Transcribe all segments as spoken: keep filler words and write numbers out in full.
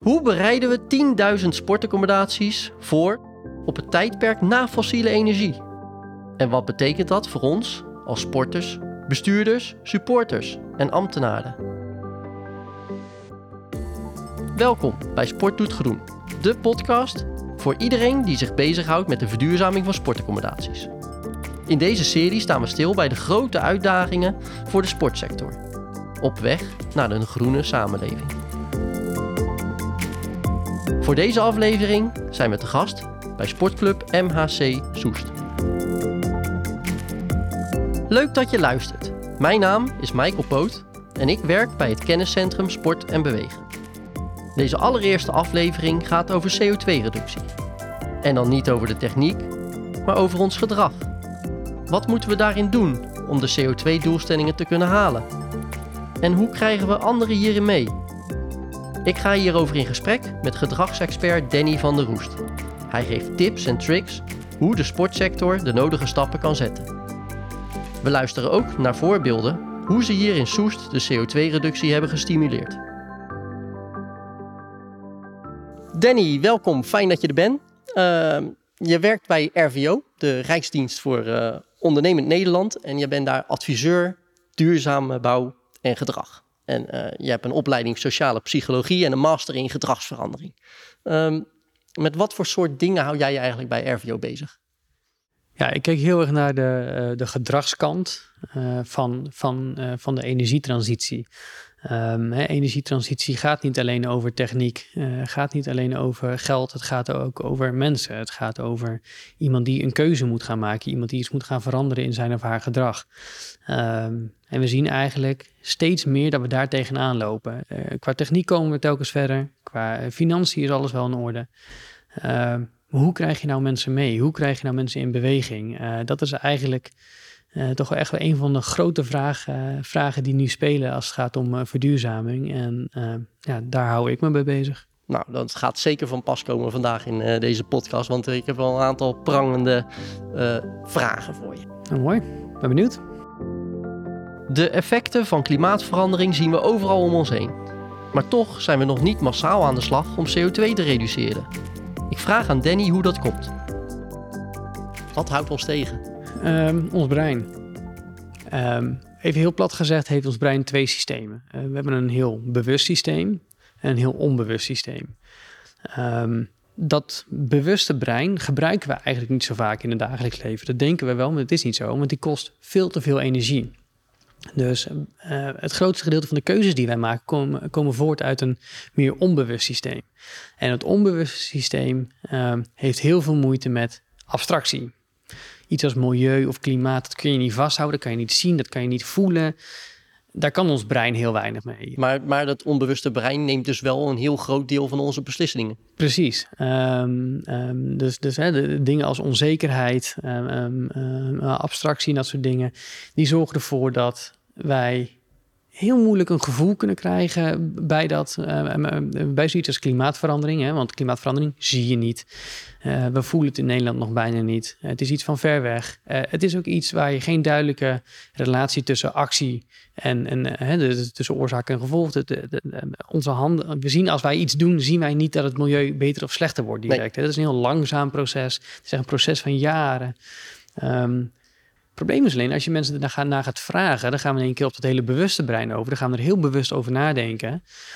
Hoe bereiden we tienduizend sportaccommodaties voor op het tijdperk na fossiele energie? En wat betekent dat voor ons als sporters, bestuurders, supporters en ambtenaren? Welkom bij Sport doet groen, de podcast voor iedereen die zich bezighoudt met de verduurzaming van sportaccommodaties. In deze serie staan we stil bij de grote uitdagingen voor de sportsector, op weg naar een groene samenleving. Voor deze aflevering zijn we te gast bij Sportclub M H C Soest. Leuk dat je luistert. Mijn naam is Michael Poot en ik werk bij het kenniscentrum Sport en Bewegen. Deze allereerste aflevering gaat over C O twee reductie. En dan niet over de techniek, maar over ons gedrag. Wat moeten we daarin doen om de C O twee doelstellingen te kunnen halen? En hoe krijgen we anderen hierin mee? Ik ga hierover in gesprek met gedragsexpert Danny van der Roest. Hij geeft tips en tricks hoe de sportsector de nodige stappen kan zetten. We luisteren ook naar voorbeelden hoe ze hier in Soest de C O twee reductie hebben gestimuleerd. Danny, welkom. Fijn dat je er bent. Uh, je werkt bij R V O, de Rijksdienst voor uh, Ondernemend Nederland. En je bent daar adviseur duurzame bouw en gedrag. En uh, je hebt een opleiding sociale psychologie en een master in gedragsverandering. Um, met wat voor soort dingen hou jij je eigenlijk bij R V O bezig? Ja, ik kijk heel erg naar de, uh, de gedragskant uh, van, van, uh, van de energietransitie. Um, hè, energietransitie gaat niet alleen over techniek, uh, gaat niet alleen over geld, het gaat ook over mensen. Het gaat over iemand die een keuze moet gaan maken, iemand die iets moet gaan veranderen in zijn of haar gedrag. Um, en we zien eigenlijk steeds meer dat we daar tegenaan lopen. Uh, qua techniek komen we telkens verder, qua financiën is alles wel in orde. Uh, hoe krijg je nou mensen mee? Hoe krijg je nou mensen in beweging? Uh, dat is eigenlijk uh, toch wel echt wel een van de grote vragen, uh, vragen die nu spelen als het gaat om uh, verduurzaming. En uh, ja, daar hou ik me bij bezig. Nou, dat gaat zeker van pas komen vandaag in uh, deze podcast, want uh, ik heb wel een aantal prangende uh, vragen voor je. Nou, mooi, ben benieuwd. De effecten van klimaatverandering zien we overal om ons heen. Maar toch zijn we nog niet massaal aan de slag om C O twee te reduceren. Ik vraag aan Danny hoe dat komt. Wat houdt ons tegen? Um, ons brein. Um, even heel plat gezegd heeft ons brein twee systemen. Uh, we hebben een heel bewust systeem en een heel onbewust systeem. Um, dat bewuste brein gebruiken we eigenlijk niet zo vaak in het dagelijks leven. Dat denken we wel, maar het is niet zo, want die kost veel te veel energie. Dus uh, het grootste gedeelte van de keuzes die wij maken komen, komen voort uit een meer onbewust systeem. En het onbewuste systeem uh, heeft heel veel moeite met abstractie. Iets als milieu of klimaat, dat kun je niet vasthouden, dat kan je niet zien, dat kan je niet voelen. Daar kan ons brein heel weinig mee. Maar, maar dat onbewuste brein neemt dus wel een heel groot deel van onze beslissingen. Precies. Um, um, dus dus hè, de, de dingen als onzekerheid, um, um, abstractie en dat soort dingen, die zorgen ervoor dat wij heel moeilijk een gevoel kunnen krijgen bij, dat, uh, bij zoiets als klimaatverandering. Hè? Want klimaatverandering zie je niet. Uh, we voelen het in Nederland nog bijna niet. Uh, het is iets van ver weg. Uh, het is ook iets waar je geen duidelijke relatie tussen actie en, en uh, de, de, tussen oorzaak en gevolg. De, de, de, onze handen, we zien als wij iets doen, zien wij niet dat het milieu beter of slechter wordt direct. Nee. Dat is een heel langzaam proces. Het is een proces van jaren. Um, Het probleem is alleen, als je mensen naar gaat, naar gaat vragen, dan gaan we in één keer op het hele bewuste brein over. Dan gaan we er heel bewust over nadenken.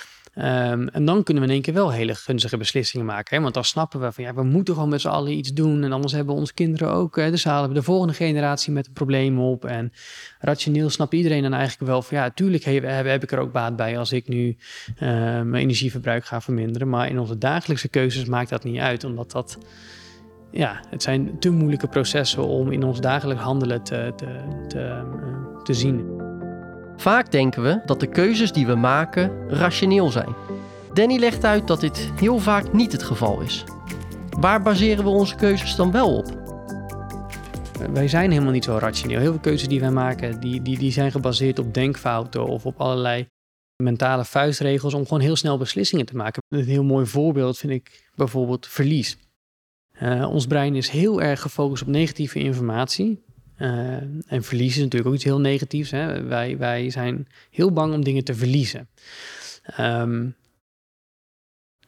Um, en dan kunnen we in één keer wel hele gunstige beslissingen maken. Hè? Want dan snappen we van, ja, we moeten gewoon met z'n allen iets doen. En anders hebben onze kinderen ook, hè, dus halen we de volgende generatie met een probleem op. En rationeel snapt iedereen dan eigenlijk wel van, ja, tuurlijk heb, heb ik er ook baat bij als ik nu uh, mijn energieverbruik ga verminderen. Maar in onze dagelijkse keuzes maakt dat niet uit, omdat dat... Ja, het zijn te moeilijke processen om in ons dagelijks handelen te, te, te, te zien. Vaak denken we dat de keuzes die we maken rationeel zijn. Danny legt uit dat dit heel vaak niet het geval is. Waar baseren we onze keuzes dan wel op? Wij zijn helemaal niet zo rationeel. Heel veel keuzes die wij maken, die, die, die zijn gebaseerd op denkfouten of op allerlei mentale vuistregels om gewoon heel snel beslissingen te maken. Een heel mooi voorbeeld vind ik bijvoorbeeld verlies. Uh, ons brein is heel erg gefocust op negatieve informatie. Uh, en verlies is natuurlijk ook iets heel negatiefs. Hè? Wij, wij zijn heel bang om dingen te verliezen. Um,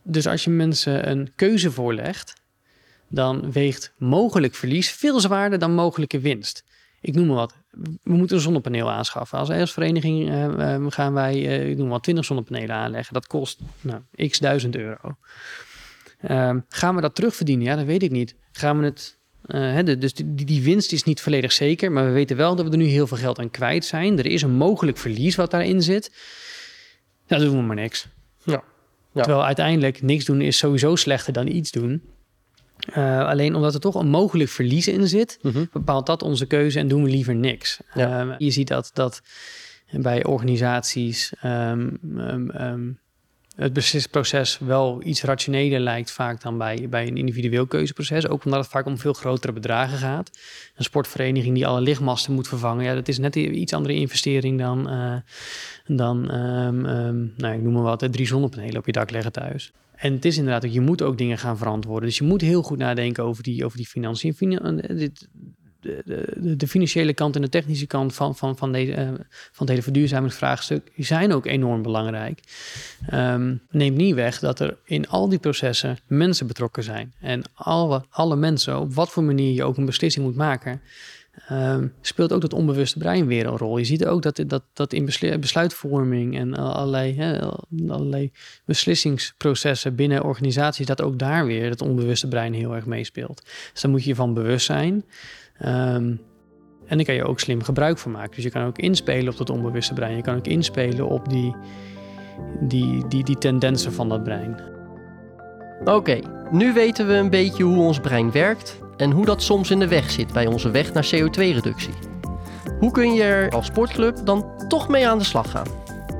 Dus als je mensen een keuze voorlegt, dan weegt mogelijk verlies veel zwaarder dan mogelijke winst. Ik noem maar wat. We moeten een zonnepaneel aanschaffen. Als als vereniging uh, gaan wij, uh, ik noem maar twintig zonnepanelen aanleggen. Dat kost nou, x duizend euro. Uh, gaan we dat terugverdienen? Ja, dat weet ik niet. Gaan we het... Uh, hè, dus die, die winst is niet volledig zeker, maar we weten wel dat we er nu heel veel geld aan kwijt zijn. Er is een mogelijk verlies wat daarin zit. Nou, dan doen we maar niks. Ja. Ja. Terwijl uiteindelijk niks doen is sowieso slechter dan iets doen. Uh, alleen omdat er toch een mogelijk verlies in zit, mm-hmm. bepaalt dat onze keuze en doen we liever niks. Ja. Uh, je ziet dat, dat bij organisaties um, um, um, het beslisproces wel iets rationeler lijkt vaak dan bij, bij een individueel keuzeproces. Ook omdat het vaak om veel grotere bedragen gaat. Een sportvereniging die alle lichtmasten moet vervangen, ja, dat is net een iets andere investering dan, uh, dan um, um, nou, ik noem maar wat, drie zonnepanelen op je dak leggen thuis. En het is inderdaad ook, je moet ook dingen gaan verantwoorden. Dus je moet heel goed nadenken over die, over die financiën. De, de, de, de financiële kant en de technische kant van, van, van, deze, uh, van het hele verduurzamingsvraagstuk zijn ook enorm belangrijk. Um, neemt niet weg dat er in al die processen mensen betrokken zijn. En alle, alle mensen, op wat voor manier je ook een beslissing moet maken, Um, speelt ook dat onbewuste brein weer een rol. Je ziet ook dat, dat, dat in besluitvorming en allerlei, hè, allerlei beslissingsprocessen binnen organisaties, dat ook daar weer het onbewuste brein heel erg meespeelt. Dus daar moet je je van bewust zijn. Um, en daar kan je ook slim gebruik van maken. Dus je kan ook inspelen op dat onbewuste brein. Je kan ook inspelen op die, die, die, die tendensen van dat brein. Oké, okay, nu weten we een beetje hoe ons brein werkt en hoe dat soms in de weg zit bij onze weg naar C O twee reductie. Hoe kun je er als sportclub dan toch mee aan de slag gaan?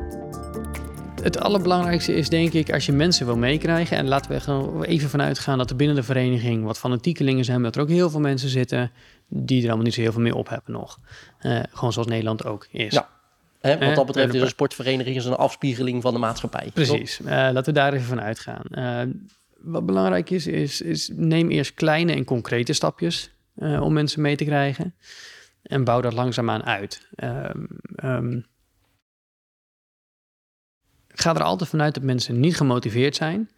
Het allerbelangrijkste is denk ik als je mensen wil meekrijgen, en laten we gewoon even vanuit gaan dat er binnen de vereniging wat fanatiekelingen zijn, dat er ook heel veel mensen zitten die er allemaal niet zo heel veel meer op hebben nog. Uh, gewoon zoals Nederland ook is. Ja. Hè, wat dat betreft is een sportvereniging is een afspiegeling van de maatschappij. Precies, uh, laten we daar even van uitgaan. Uh, wat belangrijk is, is, is neem eerst kleine en concrete stapjes uh, om mensen mee te krijgen. En bouw dat langzaamaan uit. Um, um, ga er altijd vanuit dat mensen niet gemotiveerd zijn.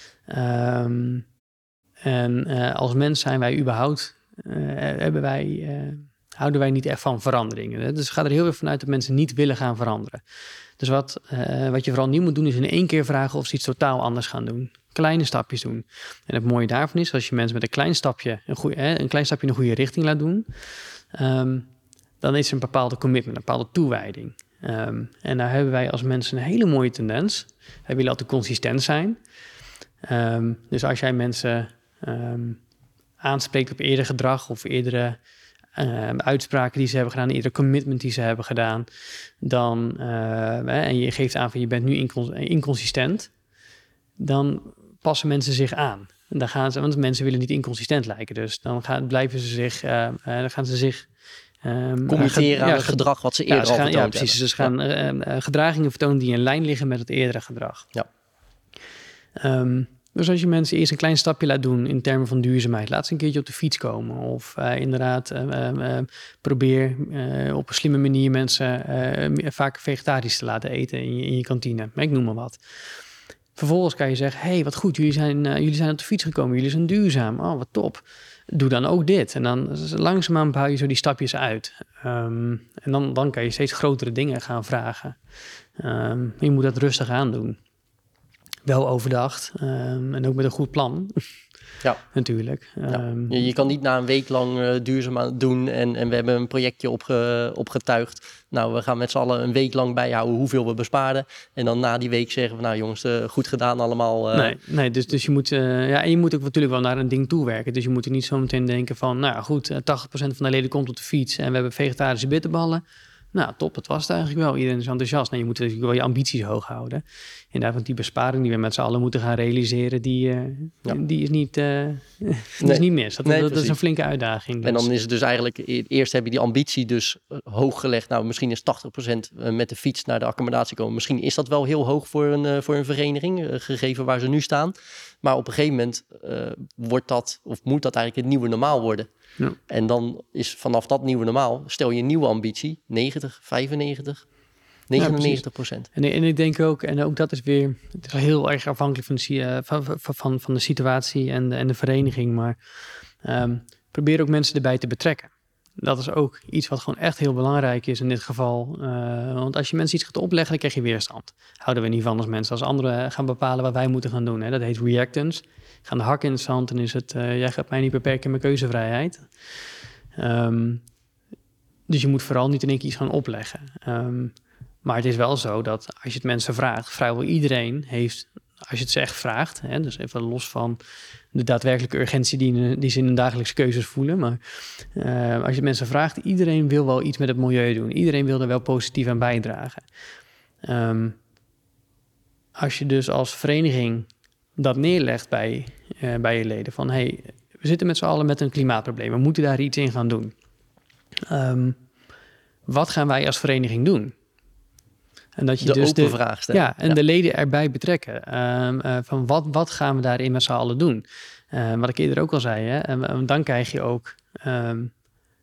Um, en uh, als mens zijn wij überhaupt, uh, hebben wij, uh, houden wij niet echt van veranderingen. Hè? Dus ga er heel erg vanuit dat mensen niet willen gaan veranderen. Dus wat, uh, wat je vooral niet moet doen is in één keer vragen of ze iets totaal anders gaan doen. Kleine stapjes doen. En het mooie daarvan is, als je mensen met een klein stapje, een, goeie, hè, een klein stapje in de goede richting laat doen, um, dan is er een bepaalde commitment, een bepaalde toewijding. Um, en daar hebben wij als mensen een hele mooie tendens. Wij willen altijd consistent zijn. Um, dus als jij mensen um, aanspreekt op eerder gedrag of eerdere uh, uitspraken die ze hebben gedaan, eerdere commitment die ze hebben gedaan, dan, uh, en je geeft aan van je bent nu incons- inconsistent, dan passen mensen zich aan. En dan gaan ze, want mensen willen niet inconsistent lijken, dus dan gaan, blijven ze zich, uh, uh, dan gaan ze zich Um, committeren ge- aan ja, het gedrag wat ze eerder ja, ze al gaan, vertoond ja, precies. hebben. Ze gaan ja. uh, uh, gedragingen vertonen die in lijn liggen met het eerdere gedrag. Ja. Um, dus als je mensen eerst een klein stapje laat doen in termen van duurzaamheid, laat ze een keertje op de fiets komen. Of uh, inderdaad, uh, uh, probeer uh, op een slimme manier mensen uh, vaak vegetarisch te laten eten in je, in je kantine. Maar ik noem maar wat. Vervolgens kan je zeggen, hé, hey, wat goed, jullie zijn, uh, jullie zijn op de fiets gekomen, jullie zijn duurzaam. Oh, wat top. Doe dan ook dit. En dan langzaamaan bouw je zo die stapjes uit. Um, en dan, dan kan je steeds grotere dingen gaan vragen. Um, je moet dat rustig aandoen. Wel overdacht. Um, en ook met een goed plan. Ja. Natuurlijk. Ja. Um, je, je kan niet na een week lang uh, duurzaam doen en, en we hebben een projectje opge, opgetuigd. Nou, we gaan met z'n allen een week lang bijhouden hoeveel we bespaarden. En dan na die week zeggen we, nou jongens, uh, goed gedaan allemaal. Uh... Nee, nee, dus, dus je moet, uh, ja, en je moet ook natuurlijk wel naar een ding toewerken. Dus je moet er niet zo meteen denken van, nou goed, uh, tachtig procent van de leden komt op de fiets en we hebben vegetarische bitterballen. Nou, top, het was het eigenlijk wel. Iedereen is enthousiast. Nou, je moet natuurlijk wel je ambities hoog houden. Inderdaad, want die besparing die we met z'n allen moeten gaan realiseren, die, uh, ja. die, is, niet, uh, die nee. is niet mis. Dat, nee, dat, dat is een flinke uitdaging. Dus. En dan is het dus eigenlijk, eerst heb je die ambitie dus hoog gelegd. Nou, misschien is tachtig procent met de fiets naar de accommodatie komen. Misschien is dat wel heel hoog voor een, uh, voor een vereniging, uh, gegeven waar ze nu staan. Maar op een gegeven moment uh, wordt dat, of moet dat eigenlijk het nieuwe normaal worden. Ja. En dan is vanaf dat nieuwe normaal, stel je een nieuwe ambitie, negentig, vijfennegentig, negenennegentig procent. Ja, en, en ik denk ook, en ook dat is weer, het is heel erg afhankelijk van de, van, van, van de situatie en de, en de vereniging, maar um, probeer ook mensen erbij te betrekken. Dat is ook iets wat gewoon echt heel belangrijk is in dit geval. Uh, want als je mensen iets gaat opleggen, dan krijg je weerstand. Houden we niet van als mensen. Als anderen gaan bepalen wat wij moeten gaan doen. Hè? Dat heet reactance. Gaan de hakken in het zand en is het... Uh, jij gaat mij niet beperken in mijn keuzevrijheid. Um, dus je moet vooral niet in één keer iets gaan opleggen. Um, maar het is wel zo dat als je het mensen vraagt... vrijwel iedereen heeft... Als je het ze echt vraagt, hè, dus even los van de daadwerkelijke urgentie die, die ze in hun dagelijkse keuzes voelen. Maar uh, als je mensen vraagt, iedereen wil wel iets met het milieu doen. Iedereen wil er wel positief aan bijdragen. Um, als je dus als vereniging dat neerlegt bij, uh, bij je leden. Van hey, we zitten met z'n allen met een klimaatprobleem. We moeten daar iets in gaan doen. Um, wat gaan wij als vereniging doen? En dat je de dus open de, vraag stellen. Ja, en ja. de leden erbij betrekken. Um, uh, van wat, wat gaan we daarin met z'n allen doen? Uh, wat ik eerder ook al zei. Hè? En, en dan krijg je ook um,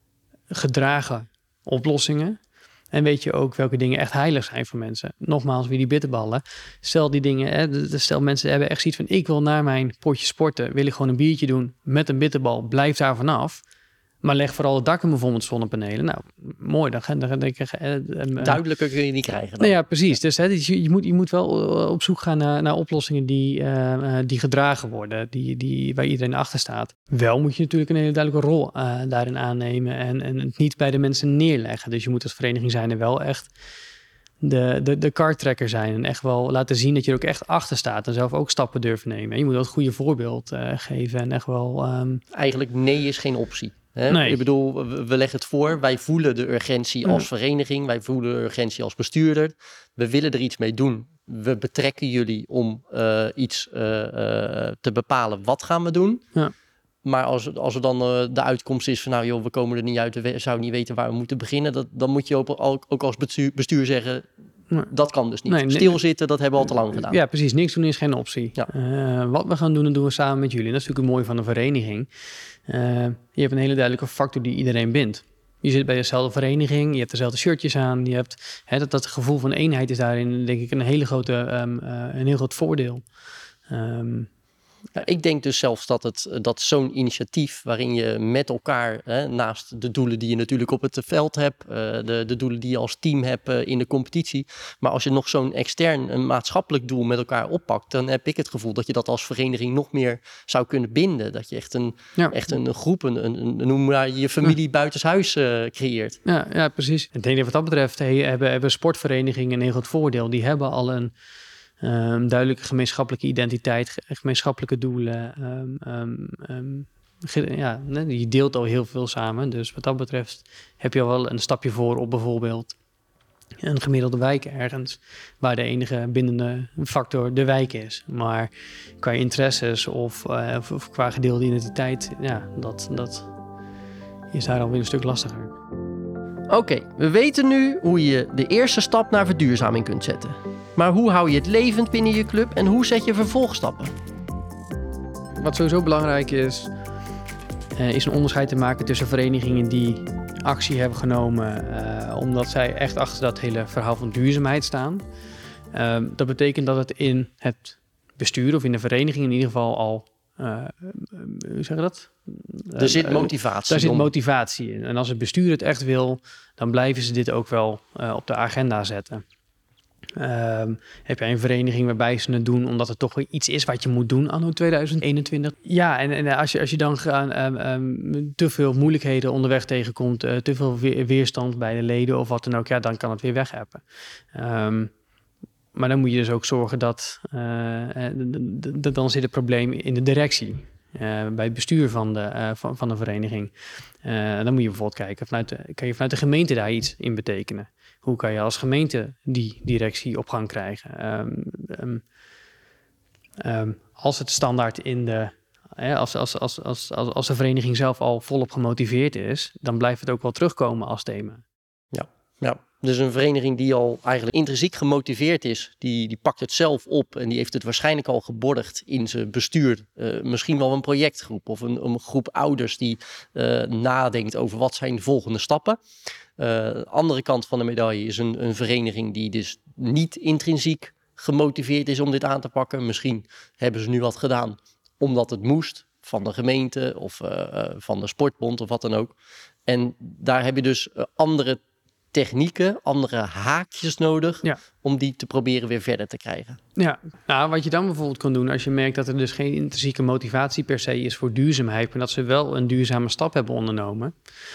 gedragen oplossingen. En weet je ook welke dingen echt heilig zijn voor mensen. Nogmaals, wie die bitterballen. Stel die dingen, hè, stel mensen hebben echt zoiets van... ik wil naar mijn potje sporten, wil ik gewoon een biertje doen met een bitterbal. Blijf daar vanaf. Maar leg vooral het dak in mijn vol met zonnepanelen. Nou, mooi. Dan, dan, dan denk ik... Uh, uh, Duidelijker kun je niet krijgen dan. Nou ja, precies. Dus hè, je, je, moet, je moet wel op zoek gaan naar, naar oplossingen die, uh, die gedragen worden. Die, die, waar iedereen achter staat. Wel moet je natuurlijk een hele duidelijke rol uh, daarin aannemen. En, en het niet bij de mensen neerleggen. Dus je moet als vereniging zijn er wel echt de, de, de kartrekker zijn. En echt wel laten zien dat je er ook echt achter staat. En zelf ook stappen durven nemen. En je moet wel het goede voorbeeld uh, geven. En echt wel... Um... Eigenlijk nee is geen optie. Hè? Nee. Ik bedoel, we leggen het voor. Wij voelen de urgentie als vereniging. Wij voelen de urgentie als bestuurder. We willen er iets mee doen. We betrekken jullie om uh, iets uh, uh, te bepalen. Wat gaan we doen? Ja. Maar als, als er dan uh, de uitkomst is van... nou joh, we komen er niet uit. We zouden niet weten waar we moeten beginnen. Dat, dan moet je ook, ook als bestuur, bestuur zeggen... Nee. Dat kan dus niet. Nee, Stilzitten, dat hebben we al te lang gedaan. Ja, precies. Niks doen is geen optie. Ja. Uh, wat we gaan doen, dat doen we samen met jullie. En dat is natuurlijk het mooie van een vereniging. Uh, je hebt een hele duidelijke factor die iedereen bindt. Je zit bij dezelfde vereniging, je hebt dezelfde shirtjes aan. Je hebt, hè, dat, dat gevoel van eenheid is daarin, denk ik, een hele grote, um, uh, een heel groot voordeel. Um, Ja, ik denk dus zelfs dat, het, dat zo'n initiatief waarin je met elkaar, hè, naast de doelen die je natuurlijk op het veld hebt, uh, de, de doelen die je als team hebt uh, in de competitie, maar als je nog zo'n extern, een maatschappelijk doel met elkaar oppakt, dan heb ik het gevoel dat je dat als vereniging nog meer zou kunnen binden. Dat je echt een, ja. echt een groep, een, een, noem maar je familie ja. buitenshuis uh, creëert. Ja, ja, precies. Ik denk dat wat dat betreft hey, hebben, hebben sportverenigingen een heel groot voordeel. Die hebben al een Um, duidelijke gemeenschappelijke identiteit, gemeenschappelijke doelen. Um, um, um, ge, ja, je deelt al heel veel samen. Dus wat dat betreft heb je al wel een stapje voor op bijvoorbeeld een gemiddelde wijk ergens, waar de enige bindende factor de wijk is. Maar qua interesses of, uh, of, of qua gedeelde identiteit, ja, dat, dat is daar alweer een stuk lastiger. Oké, okay, we weten nu hoe je de eerste stap naar verduurzaming kunt zetten. Maar hoe hou je het levend binnen je club en hoe zet je vervolgstappen? Wat sowieso belangrijk is, uh, is een onderscheid te maken tussen verenigingen die actie hebben genomen, uh, omdat zij echt achter dat hele verhaal van duurzaamheid staan. Uh, dat betekent dat het in het bestuur of in de vereniging in ieder geval al, uh, hoe zeg je dat? Er zit motivatie. Daar zit motivatie in. En als het bestuur het echt wil, dan blijven ze dit ook wel uh, op de agenda zetten. Um, heb jij een vereniging waarbij ze het doen omdat het toch weer iets is wat je moet doen anno tweeduizend eenentwintig? Ja, en, en als, je, als je dan gaan, um, um, te veel moeilijkheden onderweg tegenkomt, uh, te veel we- weerstand bij de leden of wat dan ook, ja, dan kan het weer wegheppen. Um, maar dan moet je dus ook zorgen dat, uh, d- d- d- dan zit het probleem in de directie. Uh, bij het bestuur van de, uh, van, van de vereniging. Uh, dan moet je bijvoorbeeld kijken, vanuit de, kan je vanuit de gemeente daar iets in betekenen? Hoe kan je als gemeente die directie op gang krijgen? Um, um, um, als het standaard in de... Hè, als, als, als, als, als, als de vereniging zelf al volop gemotiveerd is, dan blijft het ook wel terugkomen als thema. Ja, ja. Dus een vereniging die al eigenlijk intrinsiek gemotiveerd is, die, die pakt het zelf op en die heeft het waarschijnlijk al geborgd in zijn bestuur. Uh, misschien wel een projectgroep of een, een groep ouders die uh, nadenkt over wat zijn de volgende stappen. Uh, andere kant van de medaille is een, een vereniging die dus niet intrinsiek gemotiveerd is om dit aan te pakken. Misschien hebben ze nu wat gedaan omdat het moest van de gemeente of uh, uh, van de sportbond of wat dan ook. En daar heb je dus uh, andere technieken, andere haakjes nodig ja. om die te proberen weer verder te krijgen. Ja, nou, wat je dan bijvoorbeeld kan doen als je merkt dat er dus geen intrinsieke motivatie per se is voor duurzaamheid, maar dat ze wel een duurzame stap hebben ondernomen,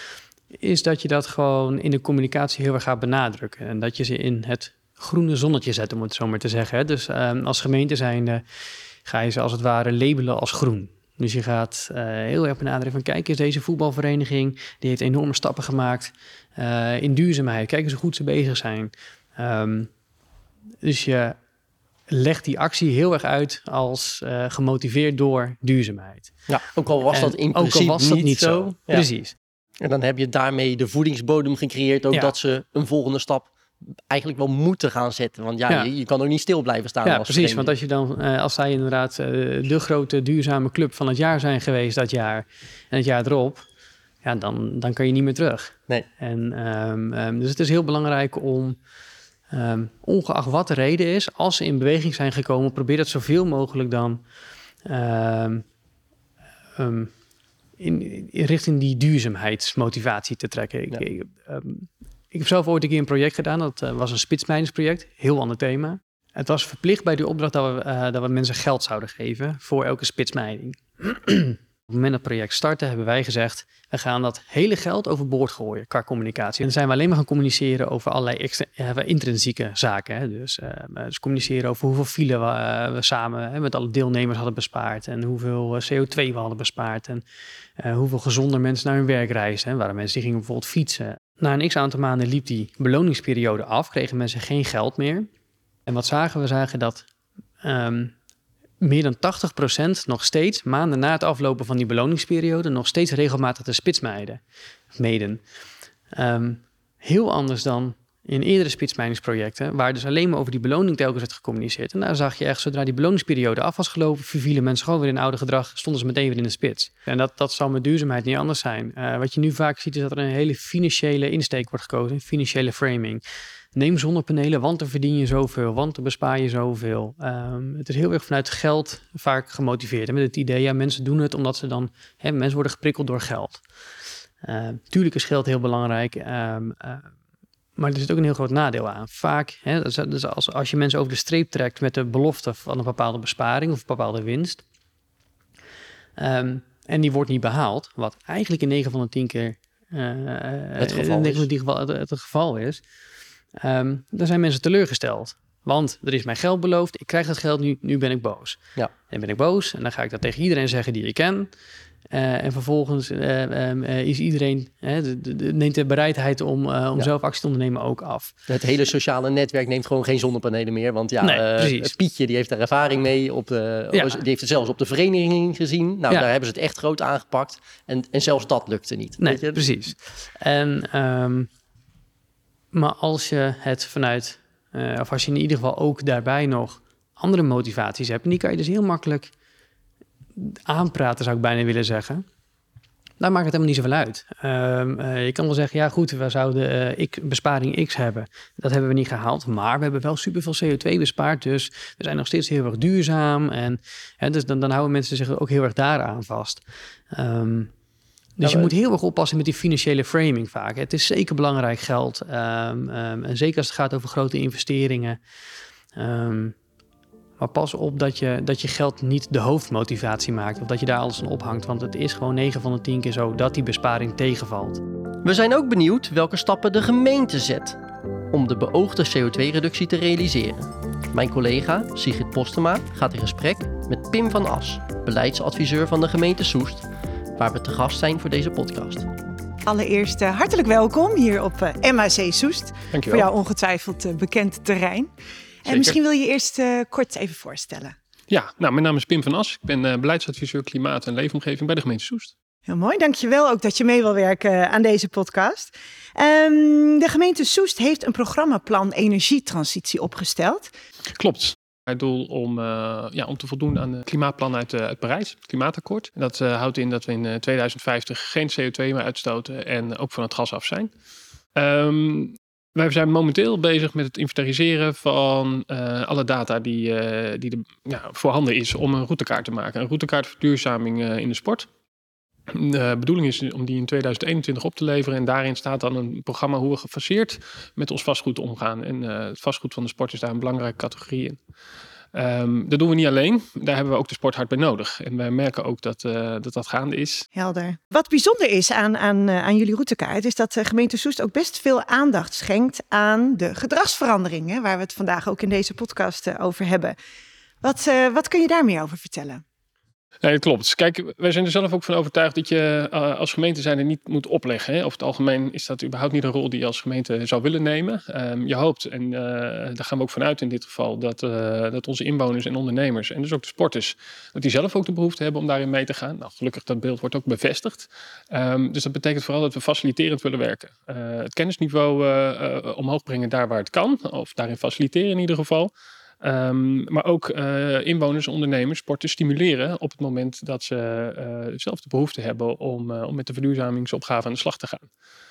is dat je dat gewoon in de communicatie heel erg gaat benadrukken. En dat je ze in het groene zonnetje zet, om het zo maar te zeggen. Hè. Dus um, als gemeente zijnde ga je ze als het ware labelen als groen. Dus je gaat uh, heel erg benadrukken van kijk eens, deze voetbalvereniging die heeft enorme stappen gemaakt uh, in duurzaamheid. Kijk eens hoe goed ze bezig zijn. Um, dus je legt die actie heel erg uit als uh, gemotiveerd door duurzaamheid. Ja, ook al was en dat in principe was dat niet, niet zo. zo. Ja. Precies. En dan heb je daarmee de voedingsbodem gecreëerd, ook ja. dat ze een volgende stap eigenlijk wel moeten gaan zetten. Want ja, ja. Je, je kan ook niet stil blijven staan. Ja, als precies. vereniging. Want als je dan, uh, als zij inderdaad uh, de grote duurzame club van het jaar zijn geweest dat jaar en het jaar erop, ja, dan, dan kan je niet meer terug. Nee. En, um, um, dus het is heel belangrijk om, um, ongeacht wat de reden is, als ze in beweging zijn gekomen, probeer dat zoveel mogelijk dan um, um, in, in richting die duurzaamheidsmotivatie te trekken. Ik, ja. ik, um, Ik heb zelf ooit een keer een project gedaan. Dat uh, was een spitsmijningsproject. Heel ander thema. Het was verplicht bij die opdracht dat we, uh, dat we mensen geld zouden geven voor elke spitsmijning. Op het moment dat het project startte hebben wij gezegd, we gaan dat hele geld overboord gooien qua communicatie. En dan zijn we alleen maar gaan communiceren over allerlei extra, uh, intrinsieke zaken. Hè. Dus, uh, dus communiceren over hoeveel file we, uh, we samen hè, met alle deelnemers hadden bespaard. En hoeveel uh, C O twee we hadden bespaard. En uh, hoeveel gezonder mensen naar hun werk reizen. Hè. Waren mensen die gingen bijvoorbeeld fietsen. Na een x-aantal maanden liep die beloningsperiode af, kregen mensen geen geld meer. En wat zagen we? We zagen dat um, meer dan tachtig procent nog steeds, maanden na het aflopen van die beloningsperiode, nog steeds regelmatig de spits meiden, meden. Um, heel anders dan in eerdere spitsmijningsprojecten, waar dus alleen maar over die beloning telkens werd gecommuniceerd. En daar zag je echt, zodra die beloningsperiode af was gelopen, vervielen mensen gewoon weer in oude gedrag, stonden ze meteen weer in de spits. En dat, dat zal met duurzaamheid niet anders zijn. Uh, wat je nu vaak ziet, is dat er een hele financiële insteek wordt gekozen, financiële framing. Neem zonnepanelen, want dan verdien je zoveel, want dan bespaar je zoveel. Um, het is heel erg vanuit geld vaak gemotiveerd. En met het idee, ja, mensen doen het omdat ze dan, hè, mensen worden geprikkeld door geld. Uh, tuurlijk is geld heel belangrijk, um, uh, maar er zit ook een heel groot nadeel aan. Vaak, hè, dus als, als je mensen over de streep trekt met de belofte van een bepaalde besparing of een bepaalde winst, um, en die wordt niet behaald, wat eigenlijk in negen van de tien keer uh, het geval in is. negen van de tien geval het, het geval is, um, dan zijn mensen teleurgesteld. Want er is mij geld beloofd, ik krijg dat geld nu, nu ben ik boos. Ja. En ben ik boos en dan ga ik dat tegen iedereen zeggen die ik ken. Uh, en vervolgens uh, uh, is iedereen, uh, de, de, de, neemt de bereidheid om, uh, om ja. zelf actie te ondernemen ook af. Het hele sociale netwerk neemt gewoon geen zonnepanelen meer. Want ja, nee, uh, Pietje die heeft er ervaring mee. Op de, ja. Die heeft het zelfs op de vereniging gezien. Nou, ja. daar hebben ze het echt groot aangepakt. En, en zelfs dat lukte niet. Nee, weet je? Precies. En, um, maar als je het vanuit, uh, of als je in ieder geval ook daarbij nog andere motivaties hebt, en die kan je dus heel makkelijk aanpraten, zou ik bijna willen zeggen. Daar maakt het helemaal niet zoveel uit. Um, uh, je kan wel zeggen, ja goed, we zouden uh, X, besparing X hebben. Dat hebben we niet gehaald, maar we hebben wel superveel C O twee bespaard. Dus we zijn nog steeds heel erg duurzaam. En, hè, dus dan, dan houden mensen zich ook heel erg daaraan vast. Um, dus nou, je moet heel erg oppassen met die financiële framing vaak. Het is zeker belangrijk geld. Um, um, en zeker als het gaat over grote investeringen. Um, Maar pas op dat je, dat je geld niet de hoofdmotivatie maakt. Of dat je daar alles aan ophangt. Want het is gewoon negen van de tien keer zo dat die besparing tegenvalt. We zijn ook benieuwd welke stappen de gemeente zet om de beoogde C O twee reductie te realiseren. Mijn collega Sigrid Postema gaat in gesprek met Pim van As, beleidsadviseur van de gemeente Soest, waar we te gast zijn voor deze podcast. Allereerst uh, hartelijk welkom hier op uh, M A C Soest. Dankjewel. Voor jou ongetwijfeld uh, bekend terrein. En misschien wil je eerst uh, kort even voorstellen. Ja, nou, mijn naam is Pim van As. Ik ben uh, beleidsadviseur klimaat en leefomgeving bij de gemeente Soest. Heel mooi, dankjewel ook dat je mee wil werken uh, aan deze podcast. Um, de gemeente Soest heeft een programmaplan energietransitie opgesteld. Klopt. Het doel om, uh, ja, om te voldoen aan het klimaatplan uit, uh, uit Parijs, het klimaatakkoord. En dat uh, houdt in dat we in uh, tweeduizend vijftig geen C O twee meer uitstoten en ook van het gas af zijn. Um, wij zijn momenteel bezig met het inventariseren van uh, alle data die, uh, die de, ja, voorhanden is om een routekaart te maken. Een routekaart verduurzaming uh, in de sport. De bedoeling is om die in tweeduizend eenentwintig op te leveren. En daarin staat dan een programma hoe we gefaseerd met ons vastgoed omgaan. En uh, het vastgoed van de sport is daar een belangrijke categorie in. Um, dat doen we niet alleen. Daar hebben we ook de sport hard bij nodig. En wij merken ook dat uh, dat, dat gaande is. Helder. Wat bijzonder is aan, aan, uh, aan jullie routekaart is dat de gemeente Soest ook best veel aandacht schenkt aan de gedragsveranderingen, waar we het vandaag ook in deze podcast uh, over hebben. Wat, uh, wat kun je daar meer over vertellen? Nee, dat klopt. Kijk, wij zijn er zelf ook van overtuigd dat je uh, als gemeente zijnde niet moet opleggen. Hè. Over het algemeen is dat überhaupt niet een rol die je als gemeente zou willen nemen. Um, je hoopt, en uh, daar gaan we ook vanuit in dit geval, dat, uh, dat onze inwoners en ondernemers en dus ook de sporters, dat die zelf ook de behoefte hebben om daarin mee te gaan. Nou, gelukkig, dat beeld wordt ook bevestigd. Um, dus dat betekent vooral dat we faciliterend willen werken. Uh, het kennisniveau uh, uh, omhoog brengen daar waar het kan, of daarin faciliteren in ieder geval. Um, maar ook uh, inwoners, ondernemers, sporters stimuleren op het moment dat ze uh, zelf de behoefte hebben om, uh, om met de verduurzamingsopgave aan de slag te gaan.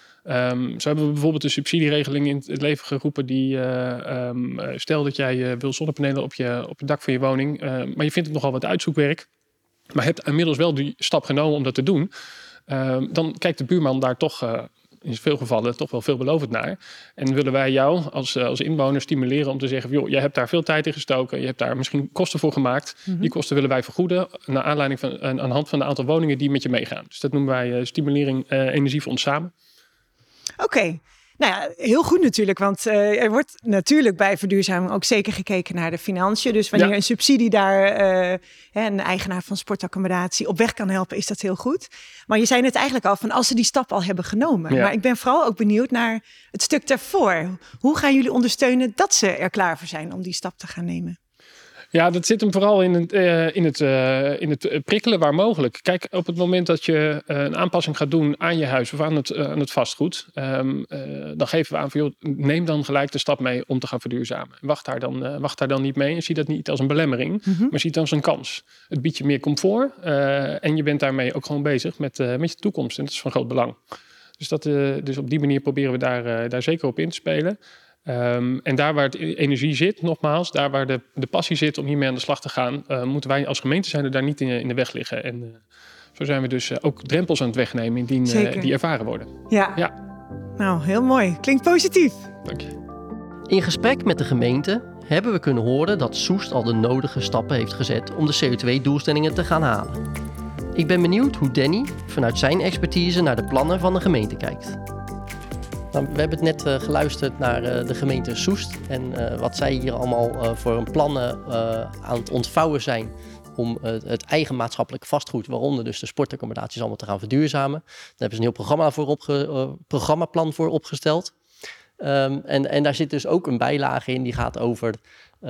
Um, zo hebben we bijvoorbeeld een subsidieregeling in het leven geroepen die, uh, um, stel dat jij uh, wil zonnepanelen op je, op het dak van je woning, uh, maar je vindt het nogal wat uitzoekwerk, maar hebt inmiddels wel die stap genomen om dat te doen, uh, dan kijkt de buurman daar toch Uh, in veel gevallen toch wel veelbelovend naar. En willen wij jou als, als inwoner stimuleren om te zeggen, joh, jij hebt daar veel tijd in gestoken, je hebt daar misschien kosten voor gemaakt. Mm-hmm. Die kosten willen wij vergoeden naar aanleiding van aan de hand van een aantal woningen die met je meegaan. Dus dat noemen wij uh, stimulering uh, Energiefonds Samen. Oké. Okay. Nou ja, heel goed natuurlijk, want uh, er wordt natuurlijk bij verduurzaming ook zeker gekeken naar de financiën. Dus wanneer ja. een subsidie daar uh, een eigenaar van sportaccommodatie op weg kan helpen, is dat heel goed. Maar je zei net eigenlijk al van als ze die stap al hebben genomen. Ja. Maar ik ben vooral ook benieuwd naar het stuk daarvoor. Hoe gaan jullie ondersteunen dat ze er klaar voor zijn om die stap te gaan nemen? Ja, dat zit hem vooral in het, uh, in, het, uh, in het prikkelen waar mogelijk. Kijk, op het moment dat je uh, een aanpassing gaat doen aan je huis of aan het, uh, aan het vastgoed, um, uh, dan geven we aan van, joh, neem dan gelijk de stap mee om te gaan verduurzamen. Wacht daar dan, uh, wacht daar dan niet mee en zie dat niet als een belemmering, mm-hmm. maar zie het als een kans. Het biedt je meer comfort uh, en je bent daarmee ook gewoon bezig met, uh, met je toekomst. En dat is van groot belang. Dus, dat, uh, dus op die manier proberen we daar, uh, daar zeker op in te spelen. Um, en daar waar het energie zit, nogmaals, daar waar de, de passie zit om hiermee aan de slag te gaan, uh, moeten wij als gemeente zijn er daar niet in, in de weg liggen. En uh, zo zijn we dus uh, ook drempels aan het wegnemen indien uh, die ervaren worden. Ja. ja, nou heel mooi. Klinkt positief. Dank je. In gesprek met de gemeente hebben we kunnen horen dat Soest al de nodige stappen heeft gezet om de C O twee doelstellingen te gaan halen. Ik ben benieuwd hoe Danny vanuit zijn expertise naar de plannen van de gemeente kijkt. Nou, we hebben het net uh, geluisterd naar uh, de gemeente Soest en uh, wat zij hier allemaal uh, voor een plannen uh, aan het ontvouwen zijn om uh, het eigen maatschappelijk vastgoed, waaronder dus de sportaccommodaties, allemaal te gaan verduurzamen. Daar hebben ze een heel programma voor opge- uh, programmaplan voor opgesteld. Um, en, en daar zit dus ook een bijlage in die gaat over uh,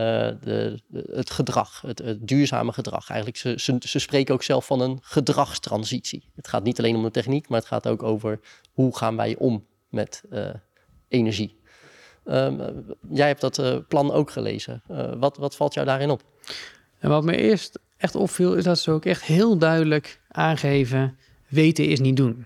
de, de, het gedrag, het, het duurzame gedrag. Eigenlijk, ze, ze, ze spreken ook zelf van een gedragstransitie. Het gaat niet alleen om de techniek, maar het gaat ook over hoe gaan wij om met uh, energie. Um, uh, jij hebt dat uh, plan ook gelezen. Uh, wat, wat valt jou daarin op? En wat me eerst echt opviel, is dat ze ook echt heel duidelijk aangeven, weten is niet doen.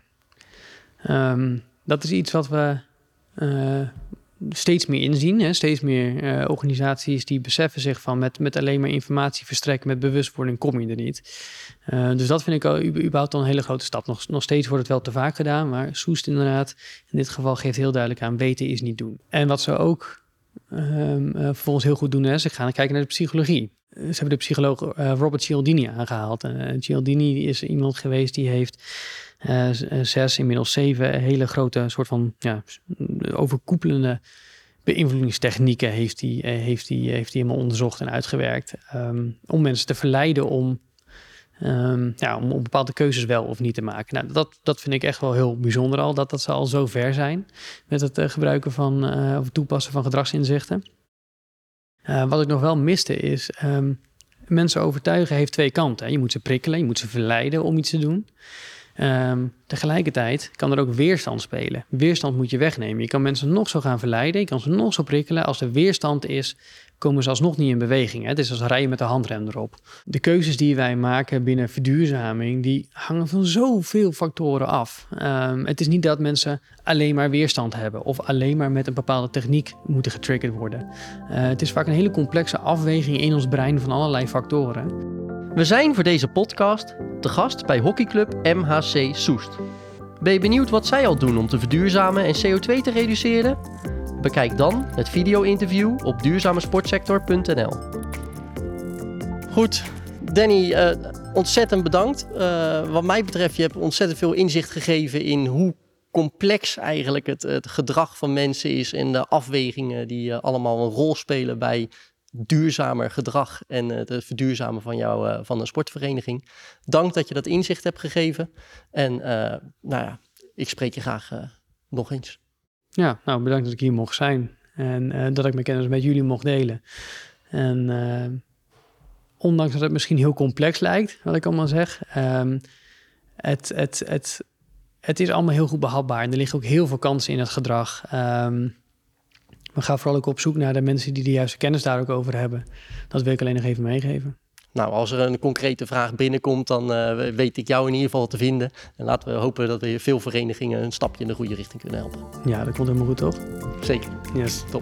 Um, dat is iets wat we uh, steeds meer inzien. Hè? Steeds meer uh, organisaties die beseffen zich van met, met alleen maar informatie verstrekken, met bewustwording kom je er niet. Uh, dus dat vind ik al überhaupt al een hele grote stap. Nog, nog steeds wordt het wel te vaak gedaan, maar Soest inderdaad in dit geval geeft heel duidelijk aan, weten is niet doen. En wat ze ook um, uh, volgens heel goed doen, is ze gaan kijken naar de psychologie. Ze hebben de psycholoog uh, Robert Cialdini aangehaald. Uh, Cialdini is iemand geweest die heeft uh, zes, inmiddels zeven hele grote soort van ja, overkoepelende beïnvloedingstechnieken heeft hij uh, heeft hij heeft hij helemaal onderzocht en uitgewerkt. Um, om mensen te verleiden om, um, ja, om, om bepaalde keuzes wel of niet te maken. Nou, dat, dat vind ik echt wel heel bijzonder al, dat, dat ze al zo ver zijn met het uh, gebruiken van uh, of het toepassen van gedragsinzichten. Uh, wat ik nog wel miste is, um, mensen overtuigen heeft twee kanten. Hè. Je moet ze prikkelen, je moet ze verleiden om iets te doen. Um, tegelijkertijd kan er ook weerstand spelen. Weerstand moet je wegnemen. Je kan mensen nog zo gaan verleiden. Je kan ze nog zo prikkelen. Als er weerstand is, komen ze alsnog niet in beweging. Hè? Het is als rijden met de handrem erop. De keuzes die wij maken binnen verduurzaming, die hangen van zoveel factoren af. Um, het is niet dat mensen alleen maar weerstand hebben of alleen maar met een bepaalde techniek moeten getriggerd worden. Uh, het is vaak een hele complexe afweging in ons brein van allerlei factoren. We zijn voor deze podcast te gast bij hockeyclub M H C Soest. Ben je benieuwd wat zij al doen om te verduurzamen en C O twee te reduceren? Bekijk dan het video-interview op duurzamesportsector punt n l. Goed, Danny, uh, ontzettend bedankt. Uh, wat mij betreft, je hebt ontzettend veel inzicht gegeven in hoe complex eigenlijk het, het gedrag van mensen is en de afwegingen die uh, allemaal een rol spelen bij duurzamer gedrag en uh, het verduurzamen van, jou, uh, van een sportvereniging. Dank dat je dat inzicht hebt gegeven. En uh, nou ja, ik spreek je graag uh, nog eens. Ja, nou bedankt dat ik hier mocht zijn. En uh, dat ik mijn kennis met jullie mocht delen. En uh, ondanks dat het misschien heel complex lijkt, wat ik allemaal zeg. Um, het, het, het, het is allemaal heel goed behapbaar. En er liggen ook heel veel kansen in het gedrag. Um, We gaan vooral ook op zoek naar de mensen die de juiste kennis daar ook over hebben. Dat wil ik alleen nog even meegeven. Nou, als er een concrete vraag binnenkomt, dan uh, weet ik jou in ieder geval te vinden. En laten we hopen dat we veel verenigingen een stapje in de goede richting kunnen helpen. Ja, dat komt helemaal goed, toch? Zeker. Yes. Top.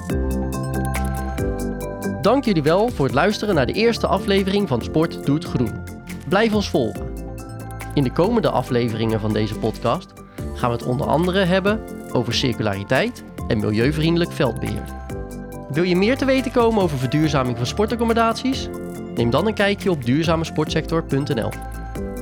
Dank jullie wel voor het luisteren naar de eerste aflevering van Sport Doet Groen. Blijf ons volgen. In de komende afleveringen van deze podcast gaan we het onder andere hebben over circulariteit en milieuvriendelijk veldbeheer. Wil je meer te weten komen over verduurzaming van sportaccommodaties? Neem dan een kijkje op duurzamesportsector punt n l.